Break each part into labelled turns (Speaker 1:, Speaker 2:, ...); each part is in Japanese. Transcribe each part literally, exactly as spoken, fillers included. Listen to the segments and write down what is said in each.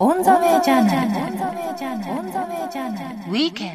Speaker 1: オンザウェイジャーナルオンザウェイジャーナルオンザウェイジャーナルウィーケン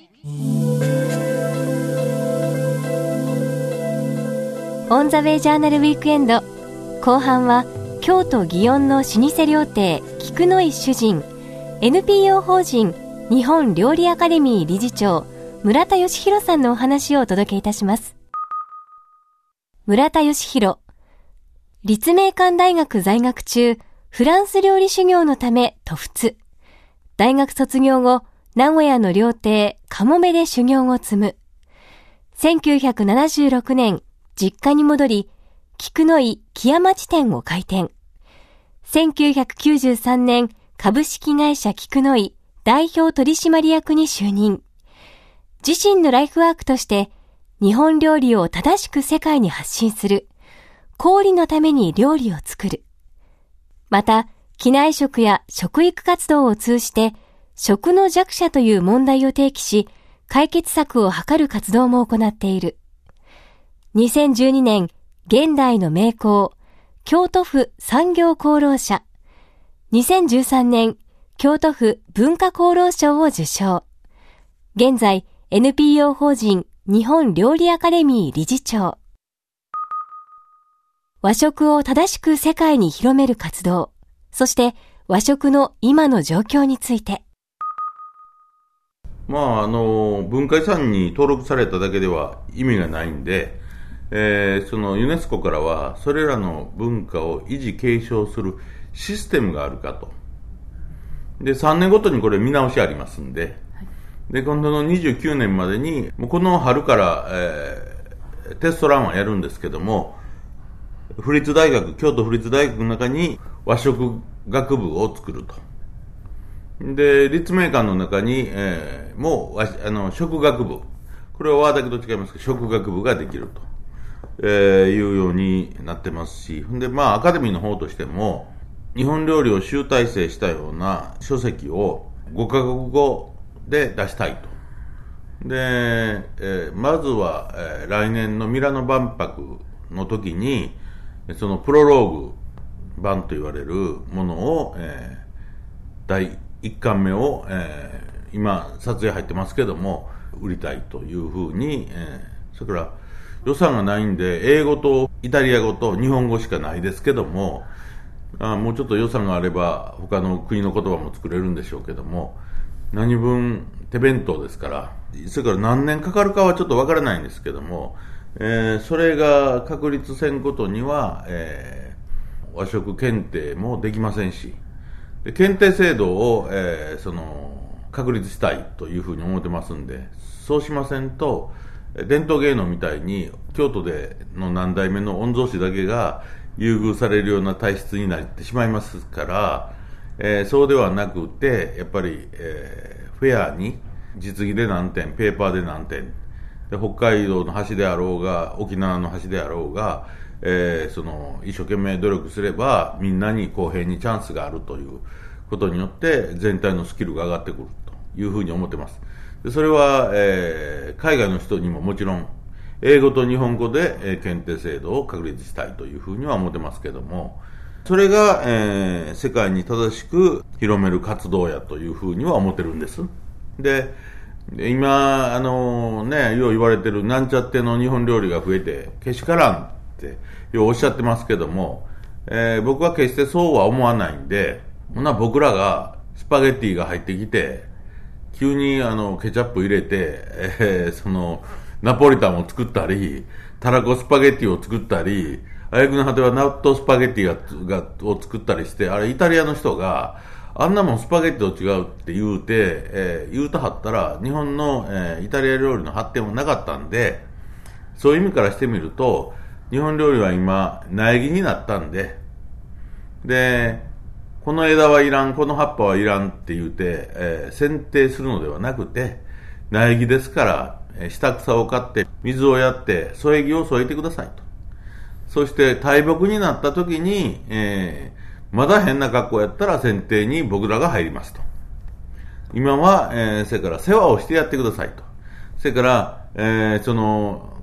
Speaker 2: ドオンザウェイジャーナルウィークエンド後半は京都祇園の老舗料亭菊の井主人 エヌピーオー 法人日本料理アカデミー理事長村田義弘さんのお話をお届けいたします。村田義弘、立命館大学在学中フランス料理修行のため渡仏。大学卒業後、名古屋の料亭かもめで修行を積む。せんきゅうひゃくななじゅうろくねん、実家に戻り、菊の井木屋町店を開店。せんきゅうひゃくきゅうじゅうさんねん、株式会社菊の井代表取締役に就任。自身のライフワークとして、日本料理を正しく世界に発信する。公理のために料理を作る。また、機内食や食育活動を通じて、食の弱者という問題を提起し、解決策を図る活動も行っている。にせんじゅうにねん、現代の名工、京都府産業功労者。にせんじゅうさんねん、京都府文化功労賞を受賞。現在、エヌピーオー 法人日本料理アカデミー理事長。和食を正しく世界に広める活動、そして和食の今の状況について。
Speaker 3: まあ、あの、文化遺産に登録されただけでは意味がないんで、えー、そのユネスコからはそれらの文化を維持継承するシステムがあるかと。で、さんねんごとにこれ見直しありますんで、で、今度のにじゅうきゅうねんまでに、もうこの春から、えー、テストランはやるんですけども、府立大学、京都府立大学の中に和食学部を作ると。で、立命館の中に、えー、もうあの食学部、これは和だけと違いますけど、食学部ができると、えー、いうようになってますし、で、まあ、アカデミーの方としても、日本料理を集大成したような書籍をごカ国語で出したいと。で、えー、まずは、えー、来年のミラノ万博の時に、そのプロローグ版と言われるものを、えー、だいいっかんめを、えー、今撮影入ってますけども売りたいというふうに、えー、それから予算がないんで英語とイタリア語と日本語しかないですけども、あもうちょっと予算があれば他の国の言葉も作れるんでしょうけども、何分手弁当ですから、それから何年かかるかはちょっとわからないんですけども、えー、それが確立せんことには、えー、和食検定もできませんし、で検定制度を、えー、その確立したいというふうに思ってますんで、そうしませんと伝統芸能みたいに京都での何代目の御曹司だけが優遇されるような体質になってしまいますから、えー、そうではなくてやっぱり、えー、フェアに実技で何点、ペーパーで何点で、北海道の橋であろうが沖縄の橋であろうが、えー、その一生懸命努力すればみんなに公平にチャンスがあるということによって全体のスキルが上がってくるというふうに思ってます。でそれは、えー、海外の人にももちろん英語と日本語で、えー、検定制度を確立したいというふうには思ってますけども、それが、えー、世界に正しく広める活動やというふうには思ってるんです。で今、あのね、よう言われてるなんちゃっての日本料理が増えてけしからんってようおっしゃってますけども、えー、僕は決してそうは思わないんで、ほな僕らがスパゲッティが入ってきて急にあのケチャップ入れて、えー、そのナポリタンを作ったりたらこスパゲッティを作ったり、挙句の果ては納豆スパゲッティががを作ったりして、あれイタリアの人があんなもんスパゲッティと違うって言うて、えー、言うたはったら日本の、えー、イタリア料理の発展もなかったんで、そういう意味からしてみると日本料理は今苗木になったんで、でこの枝はいらん、この葉っぱはいらんって言うて、えー、剪定するのではなくて、苗木ですから、えー、下草を刈って水をやって添え木を添えてくださいと。そして大木になった時に、えーまだ変な格好やったら剪定に僕らが入りますと。今は、えー、それから世話をしてやってくださいと。それから、えー、その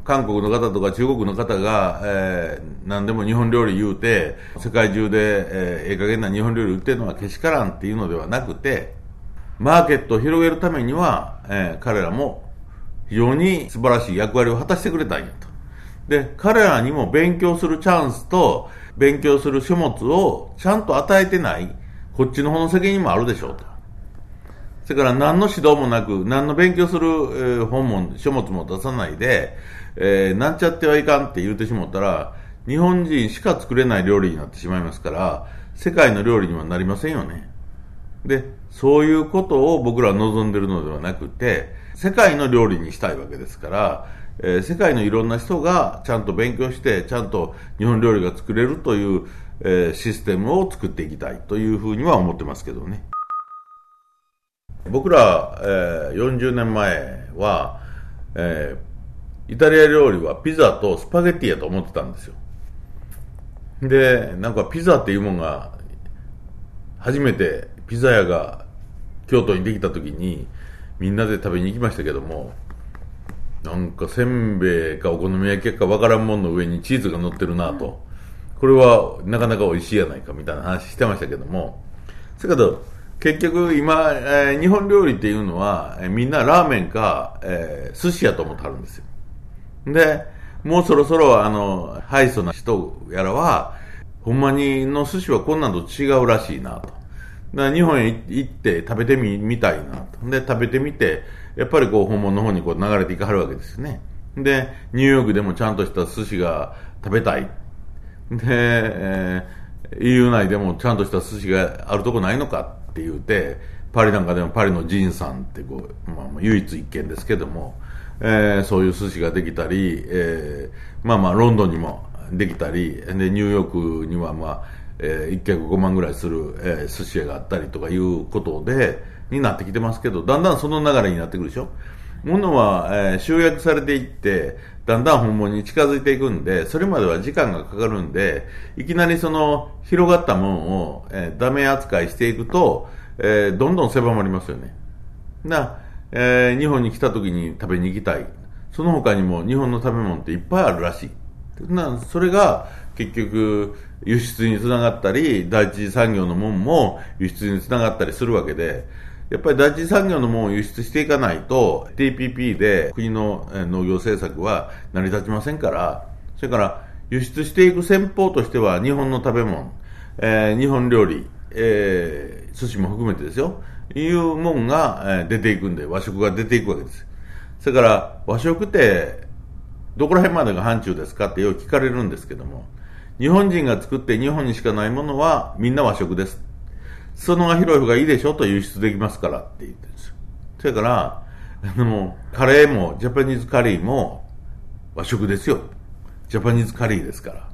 Speaker 3: 韓国の方とか中国の方が、えー、何でも日本料理言うて、世界中で、えー、ええ加減な日本料理売ってるのはけしからんっていうのではなくて、マーケットを広げるためには、えー、彼らも非常に素晴らしい役割を果たしてくれたんやと。で、彼らにも勉強するチャンスと、勉強する書物をちゃんと与えてない、こっちの方の責任もあるでしょうと。それから何の指導もなく、何の勉強する、えー、本も書物も出さないで、えー、なんちゃってはいかんって言ってしまったら、日本人しか作れない料理になってしまいますから、世界の料理にはなりませんよね。で、そういうことを僕らは望んでるのではなくて、世界の料理にしたいわけですから、えー、世界のいろんな人がちゃんと勉強して、ちゃんと日本料理が作れるという、えー、システムを作っていきたいというふうには思ってますけどね。僕ら、えー、よんじゅうねんまえは、えー、イタリア料理はピザとスパゲッティやと思ってたんですよ。で、なんかピザっていうもんが、初めてピザ屋が京都にできた時にみんなで食べに行きましたけども、なんかせんべいかお好み焼きかわからんもんの上にチーズが乗ってるなと、これはなかなか美味しいやないかみたいな話してましたけども、それけど結局今、えー、日本料理っていうのは、えー、みんなラーメンか、えー、寿司やと思ってはるんですよ。で、もうそろそろあのハイソな人やらはほんまにの寿司はこんなんと違うらしいなと。だから日本へ行って食べてみ、みたいなと。で、食べてみて、やっぱりこう本物の方にこう流れていかはるわけですよね。で、ニューヨークでもちゃんとした寿司が食べたい。で、えー、イーユー 内でもちゃんとした寿司があるとこないのかって言うて、パリなんかでもパリのジンさんってこう、まあ、唯一一軒ですけども、えー、そういう寿司ができたり、えー、まあまあロンドンにもできたり、でニューヨークにはまあ、えー、一軒ごまんぐらいする、えー、寿司屋があったりとかいうことでになってきてますけど、だんだんその流れになってくるでしょ。ものは、えー、集約されていってだんだん本物に近づいていくんで、それまでは時間がかかるんで、いきなりその広がったものを、えー、ダメ扱いしていくと、えー、どんどん狭まりますよね。な、えー、日本に来た時に食べに行きたい、その他にも日本の食べ物っていっぱいあるらしい。な、それが結局輸出につながったり、第一次産業のもんも輸出につながったりするわけで、やっぱり第一次産業のもんを輸出していかないと ティーピーピー で国の農業政策は成り立ちませんから、それから輸出していく先方としては日本の食べ物、えー、日本料理、えー、寿司も含めてですよ、いうもんが出ていくんで、和食が出ていくわけです。それから和食ってどこら辺までが範疇ですかってよく聞かれるんですけども、日本人が作って日本にしかないものはみんな和食です。そのが広い方がいいでしょと輸出できますからって言ってるんですよ。それから、あの、カレーもジャパニーズカリーも和食ですよ。ジャパニーズカリーですから。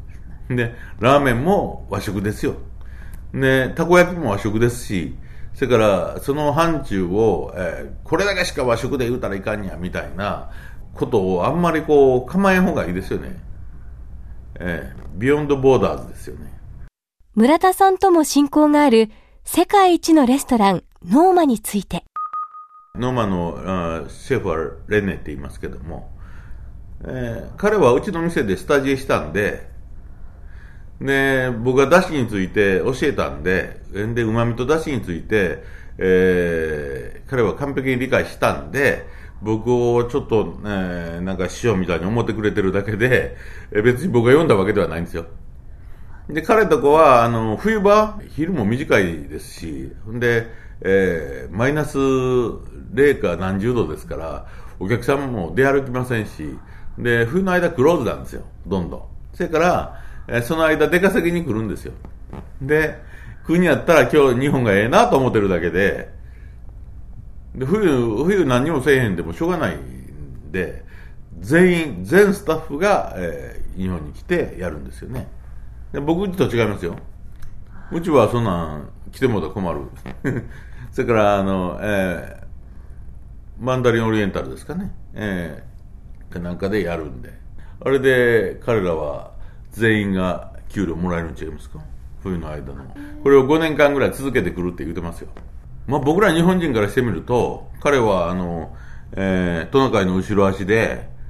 Speaker 3: で、ラーメンも和食ですよ。で、たこ焼きも和食ですし、それからその範疇を、えー、これだけしか和食で言うたらいかんやみたいなことをあんまりこう構えん方がいいですよね。えー、ビヨンドボーダーズですよね。
Speaker 2: 村田さんとも親交がある世界一のレストランノーマについて。
Speaker 3: ノーマのシェフはレネって言いますけども、えー、彼はうちの店でスタジエしたんで、で僕が出汁について教えたんで、で旨味と出汁について、えー、彼は完璧に理解したんで、僕をちょっと、えー、なんか師匠みたいに思ってくれてるだけで、別に僕が読んだわけではないんですよ。で、彼とこは、あの、冬場、昼も短いですし、で、えー、マイナスれいか何十度ですから、お客さんも出歩きませんし、で、冬の間クローズなんですよ、どんどん。それから、えー、その間出稼ぎに来るんですよ。で、国やったら今日日本がええなと思ってるだけで、で、冬、冬何にもせえへんでもしょうがないんで、全員、全スタッフが、えー、日本に来てやるんですよね。で、僕うちと違いますよ。うちはそんなん来てもらったら困る。それから、あの、えー、マンダリンオリエンタルですかね。えー、かなんかでやるんで。あれで彼らは全員が給料もらえるんちゃいますか？冬の間の。これをごねんかんぐらい続けてくるって言ってますよ。まあ僕ら日本人からしてみると、彼はあの、えー、トナカイの後ろ足で、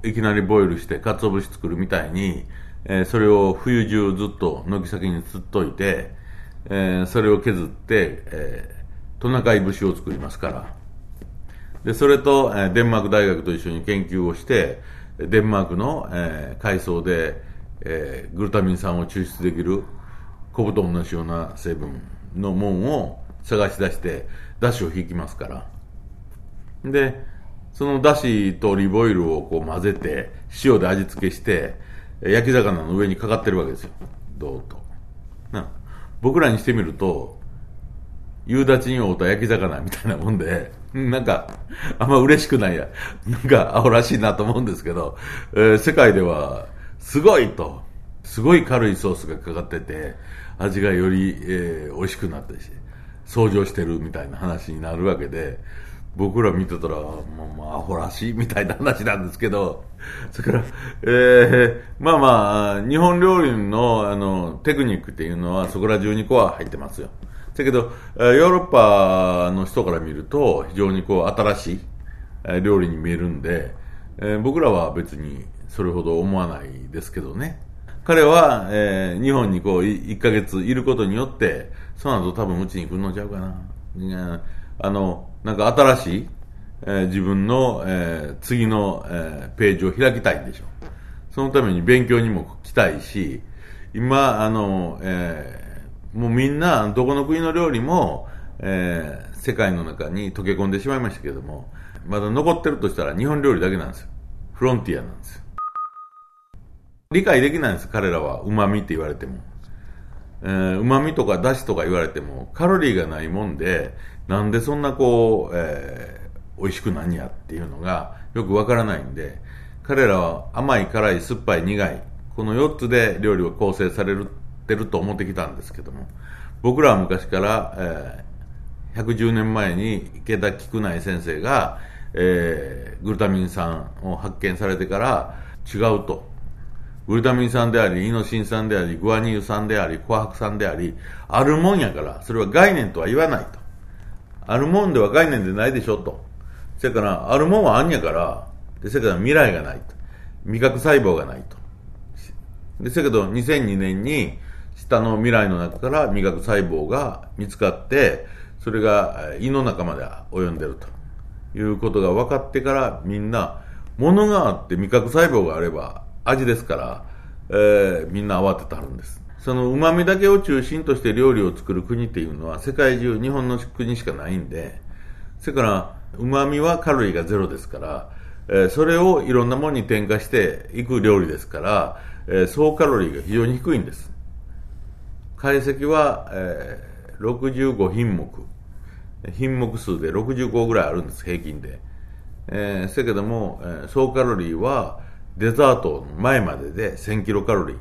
Speaker 3: いきなりボイルして鰹節作るみたいに、えー、それを冬中ずっと軒先に釣っといて、えー、それを削って、えー、トナカイ節を作りますから。で、それと、えー、デンマーク大学と一緒に研究をして、デンマークの、えー、海藻で、えー、グルタミン酸を抽出できる昆布と同じような成分のもんを探し出して、出汁を引きますから。で、その出汁とオリーブオイルをこう混ぜて、塩で味付けして、焼き魚の上にかかってるわけですよ。どうと。な僕らにしてみると、夕立に会うた焼き魚みたいなもんで、なんか、あんま嬉しくないや。なんか、アホらしいなと思うんですけど、えー、世界では、すごいと、すごい軽いソースがかかってて、味がより、えー、美味しくなったし、相乗してるみたいな話になるわけで、僕ら見てたら、もう、まあ、アホらしいみたいな話なんですけど、それから、えー、まあまあ、日本料理の、あの、テクニックっていうのは、そこら中にこは入ってますよ。だけど、ヨーロッパの人から見ると、非常にこう、新しい料理に見えるんで、えー、僕らは別にそれほど思わないですけどね。彼は、えー、日本にこう、いっかげついることによって、その後多分うちに来るのちゃうかな。あの、なんか新しい、えー、自分の、えー、次の、えー、ページを開きたいんでしょう。そのために勉強にも来たいし、今、あの、えー、もうみんな、どこの国の料理も、えー、世界の中に溶け込んでしまいましたけれども、まだ残ってるとしたら日本料理だけなんですよ。フロンティアなんですよ。理解できないんです、彼らは。旨味って言われても。えー、旨味とか出汁とか言われても、カロリーがないもんで、なんでそんなこう、えー、美味しくなんやっていうのがよくわからないんで、彼らは甘い、辛い、酸っぱい、苦い、このよっつで料理を構成されてると思ってきたんですけども、僕らは昔から、えー、ひゃくじゅうねんまえに池田菊内先生が、えー、グルタミン酸を発見されてから違うと。グルタミン酸であり、イノシン酸であり、グアニル酸であり、琥珀酸であり、あるもんやから、それは概念とは言わないと。あるもんでは概念でないでしょと。それから、あるもんはあんやから、で、それから未来がないと。味覚細胞がないと。で、それけど、にせんにねんに、下の未来の中から味覚細胞が見つかって、それが胃の中まで及んでるということが分かってから、みんな、物があって味覚細胞があれば、味ですから、えー、みんな慌ててはるんです。その旨味だけを中心として料理を作る国っていうのは世界中日本の国しかないんで、それから旨味はカロリーがゼロですから、えー、それをいろんなものに添加していく料理ですから、えー、総カロリーが非常に低いんです。解析は、えー、ろくじゅうごひんもく、品目数でろくじゅうごぐらいあるんです、平均で。えー、せやけども、えー、総カロリーはデザートの前まででせんキロカロリー。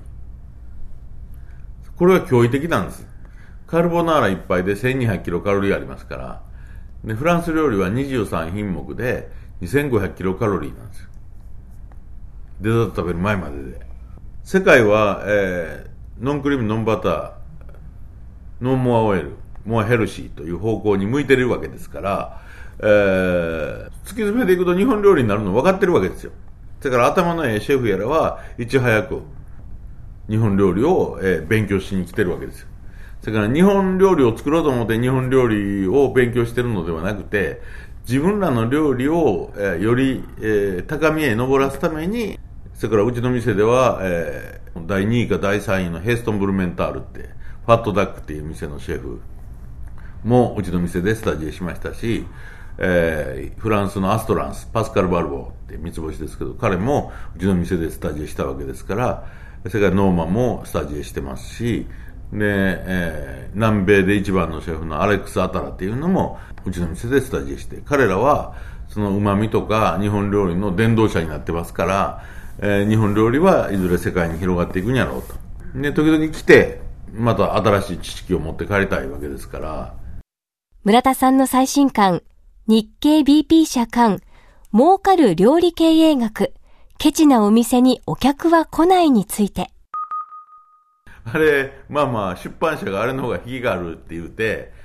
Speaker 3: これは驚異的なんです。カルボナーラ一杯でせんにひゃくキロカロリーありますから。で、フランス料理はにじゅうさんひんもくでにせんごひゃくキロカロリーなんですよ。デザート食べる前までで。世界は、えー、ノンクリーム、ノンバター、ノンモアオイル、モアヘルシーという方向に向いてるわけですから、えー、突き詰めていくと日本料理になるの分かってるわけですよ。だから頭のええシェフやらはいち早く日本料理を、えー、勉強しに来てるわけですよ。だから日本料理を作ろうと思って日本料理を勉強してるのではなくて、自分らの料理を、えー、より、えー、高みへ上らすために、それからうちの店では、えー、だいにいかだいさんいのヘイストンブルメンタールってファットダックっていう店のシェフもうちの店でスタジオしましたし、えー、フランスのアストランス、パスカル・バルボーって三つ星ですけど、彼もうちの店でスタジオしたわけですから、それからノーマンもスタジオしてますし、で、えー、南米で一番のシェフのアレックス・アタラっていうのもうちの店でスタジオして、彼らはその旨味とか日本料理の伝道者になってますから、えー、日本料理はいずれ世界に広がっていくんやろうと。で、時々来て、また新しい知識を持って帰りたいわけですから。
Speaker 2: 村田さんの最新刊、日経 ビーピー 社刊、儲かる料理経営学、ケチなお店にお客は来ないについて。
Speaker 3: あれ、まあまあ、出版社があれの方が引きがあるって言うて、引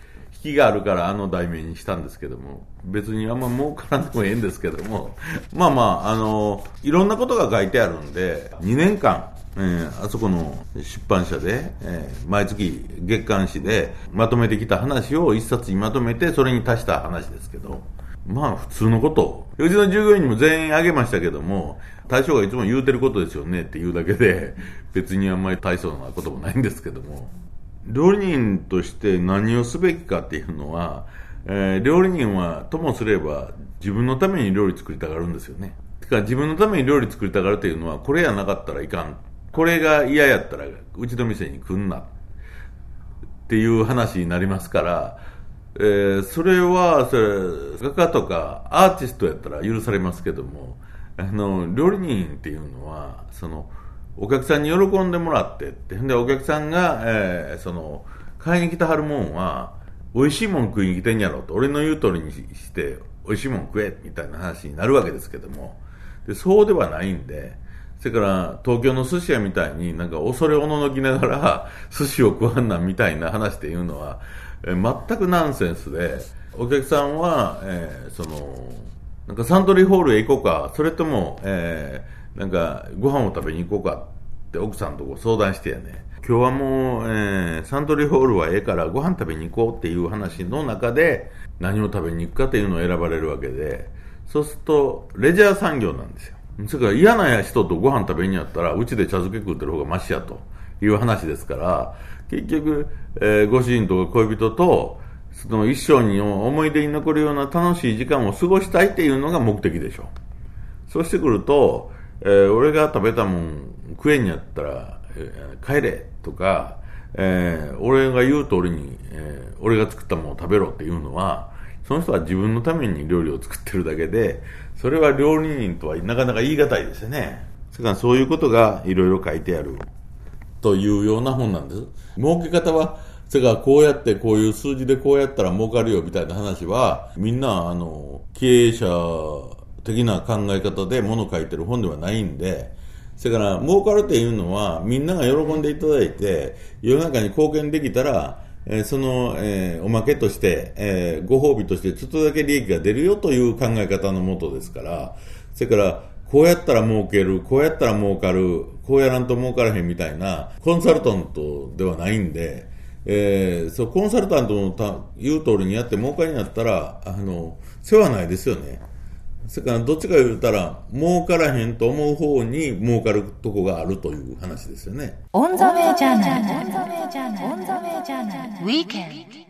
Speaker 3: きがあるからあの題名にしたんですけども、別にあんま儲からんでもええんですけども、まあまあ、あの、いろんなことが書いてあるんで、にねんかん、えー、あそこの出版社で、えー、毎月月刊誌でまとめてきた話を一冊にまとめて、それに足した話ですけど、まあ普通のことを、うちの従業員にも全員あげましたけども、大将がいつも言うてることですよねって言うだけで、別にあんまり大層なこともないんですけども、料理人として何をすべきかっていうのは、えー、料理人はともすれば自分のために料理作りたがるんですよね。てか自分のために料理作りたがるというのは、これやなかったらいかん、これが嫌やったらうちの店に来んなっていう話になりますから、えー、それはそれ画家とかアーティストやったら許されますけども、あの料理人っていうのはそのお客さんに喜んでもらってって、でお客さんが、えー、その買いに来たはるもんは美味しいもん食いに来てんやろと、俺の言う通りにして美味しいもん食えみたいな話になるわけですけども、でそうではないんで、それから東京の寿司屋みたいになんか恐れおののきながら寿司を食わんなんみたいな話っていうのは、えー、全くナンセンスで、お客さんは、えー、そのなんかサントリーホールへ行こうか、それとも、えー、なんかご飯を食べに行こうかって奥さんとこ相談してやね、今日はもう、えー、サントリーホールはええからご飯食べに行こうっていう話の中で何を食べに行くかっていうのを選ばれるわけで、そうするとレジャー産業なんですよ。それから嫌な人とご飯食べにやったらうちで茶漬け食ってる方がマシやという話ですから、結局、えー、ご主人とか恋人とその一生に思い出に残るような楽しい時間を過ごしたいっていうのが目的でしょ。そうしてくると、えー、俺が食べたもん食えんやったら、えー、帰れとか、えー、俺が言う通りに、えー、俺が作ったものを食べろっていうのは、その人は自分のために料理を作ってるだけで、それは料理人とはなかなか言い難いですよね。それからそういうことがいろいろ書いてあるというような本なんです。儲け方はそれからこうやってこういう数字でこうやったら儲かるよみたいな話は、みんなあの経営者的な考え方で物書いてる本ではないんで、それから儲かるっていうのはみんなが喜んでいただいて世の中に貢献できたら、えー、その、えー、おまけとして、えー、ご褒美としてちょっとだけ利益が出るよという考え方のもとですから、それからこうやったら儲ける、こうやったら儲かる、こうやらんと儲からへんみたいなコンサルタントではないんで、えー、そうコンサルタントのた言う通りにやって儲かりになったらあの世話ないですよね。それからどっちか言ったら儲からへんと思う方に儲かるとこがあるという話ですよね。
Speaker 1: オンザウェイジャーナル、オンザウェイジャーナル、オンザウェイジャーナル、ウィークエン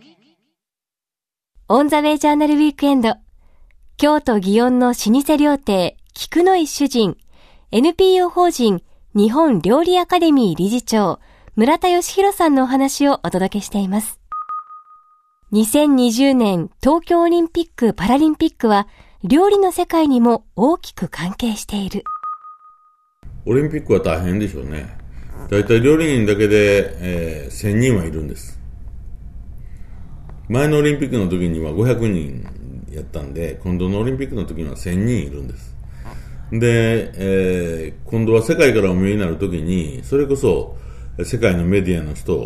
Speaker 2: ド。オンザウェイジャーナルウィークエンド。京都祇園の老舗料亭菊の井主人、エヌピーオー 法人日本料理アカデミー理事長村田義弘さんのお話をお届けしています。にせんにじゅうねん東京オリンピック・パラリンピックは料理の世界にも大きく関係している。
Speaker 3: オリンピックは大変でしょうね。だいたい料理人だけで、えー、せんにんはいるんです。前のオリンピックの時にはごひゃくにんやったんで、今度のオリンピックの時にはせんにんいるんです。で、えー、今度は世界からお見えになる時に、それこそ世界のメディアの人、うん、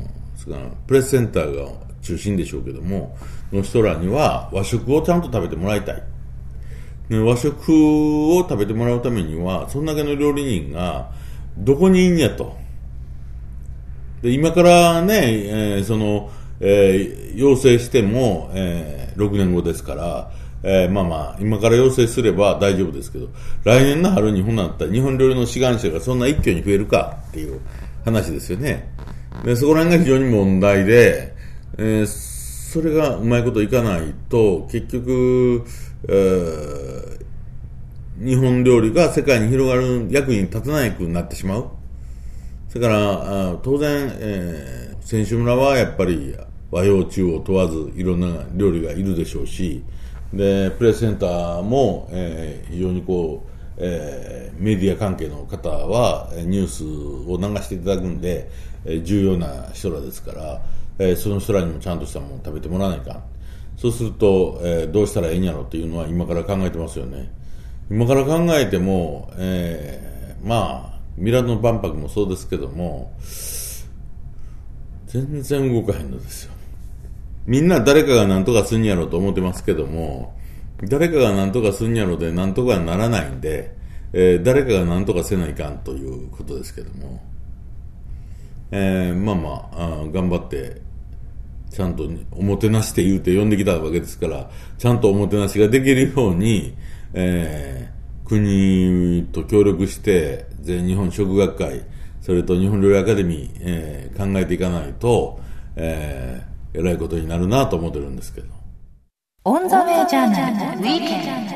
Speaker 3: それからプレスセンターが中心でしょうけども、の人らには和食をちゃんと食べてもらいたい。で和食を食べてもらうためには、そんだけの料理人がどこにいんやと。で今からね、えー、その、えー、要請しても、えー、ろくねんごですから、えー、まあまあ今から要請すれば大丈夫ですけど、来年の春にほんなったら日本料理の志願者がそんな一挙に増えるかっていう話ですよね。でそこら辺が非常に問題で、えー、それがうまいこといかないと結局、えー、日本料理が世界に広がる役に立たなくなってしまう。それからあ当然、えー、選手村はやっぱり和洋中を問わずいろんな料理がいるでしょうし、でプレスセンターも、えー、非常にこう、えー、メディア関係の方はニュースを流していただくんで、えー、重要な人らですから、えー、その人らにもちゃんとしたものを食べてもらわないかん。そうすると、えー、どうしたらいいんやろっていうのは今から考えてますよね。今から考えても、えー、まあミラノ万博もそうですけども全然動かへんのですよ。 みんな誰かが何とかすんやろうと思ってますけども、誰かが何とかすんやろうで何とかならないんで、えー、誰かが何とかせないかんということですけども、えー、まあまあ、あ頑張ってちゃんとおもてなしって言うて呼んできたわけですから、ちゃんとおもてなしができるように、えー、国と協力して全日本食学会、それと日本料理アカデミー、えー、考えていかないと、えー、えらいことになるなと思ってるんですけど。
Speaker 1: オンザウェイジャーナルウィークエン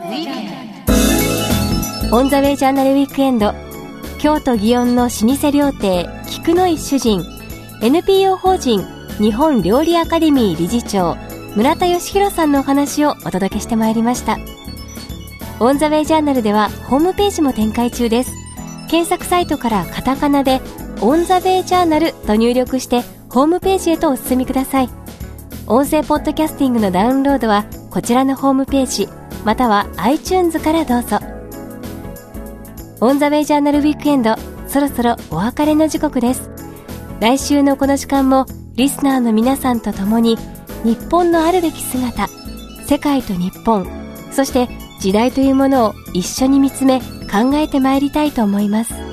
Speaker 1: ド。
Speaker 2: オンザウェイジャーナルウィークエンド、京都祇園の老舗料亭菊の井主人、 エヌピーオー 法人日本料理アカデミー理事長村田義弘さんのお話をお届けしてまいりました。オンザウェイジャーナルではホームページも展開中です。検索サイトからカタカナでオンザウェイジャーナルと入力してホームページへとお進みください。音声ポッドキャスティングのダウンロードはこちらのホームページまたは iTunes からどうぞ。オンザウェイジャーナルウィークエンド、そろそろお別れの時刻です。来週のこの時間もリスナーの皆さんと共に日本のあるべき姿、世界と日本、そして時代というものを一緒に見つめ考えてまいりたいと思います。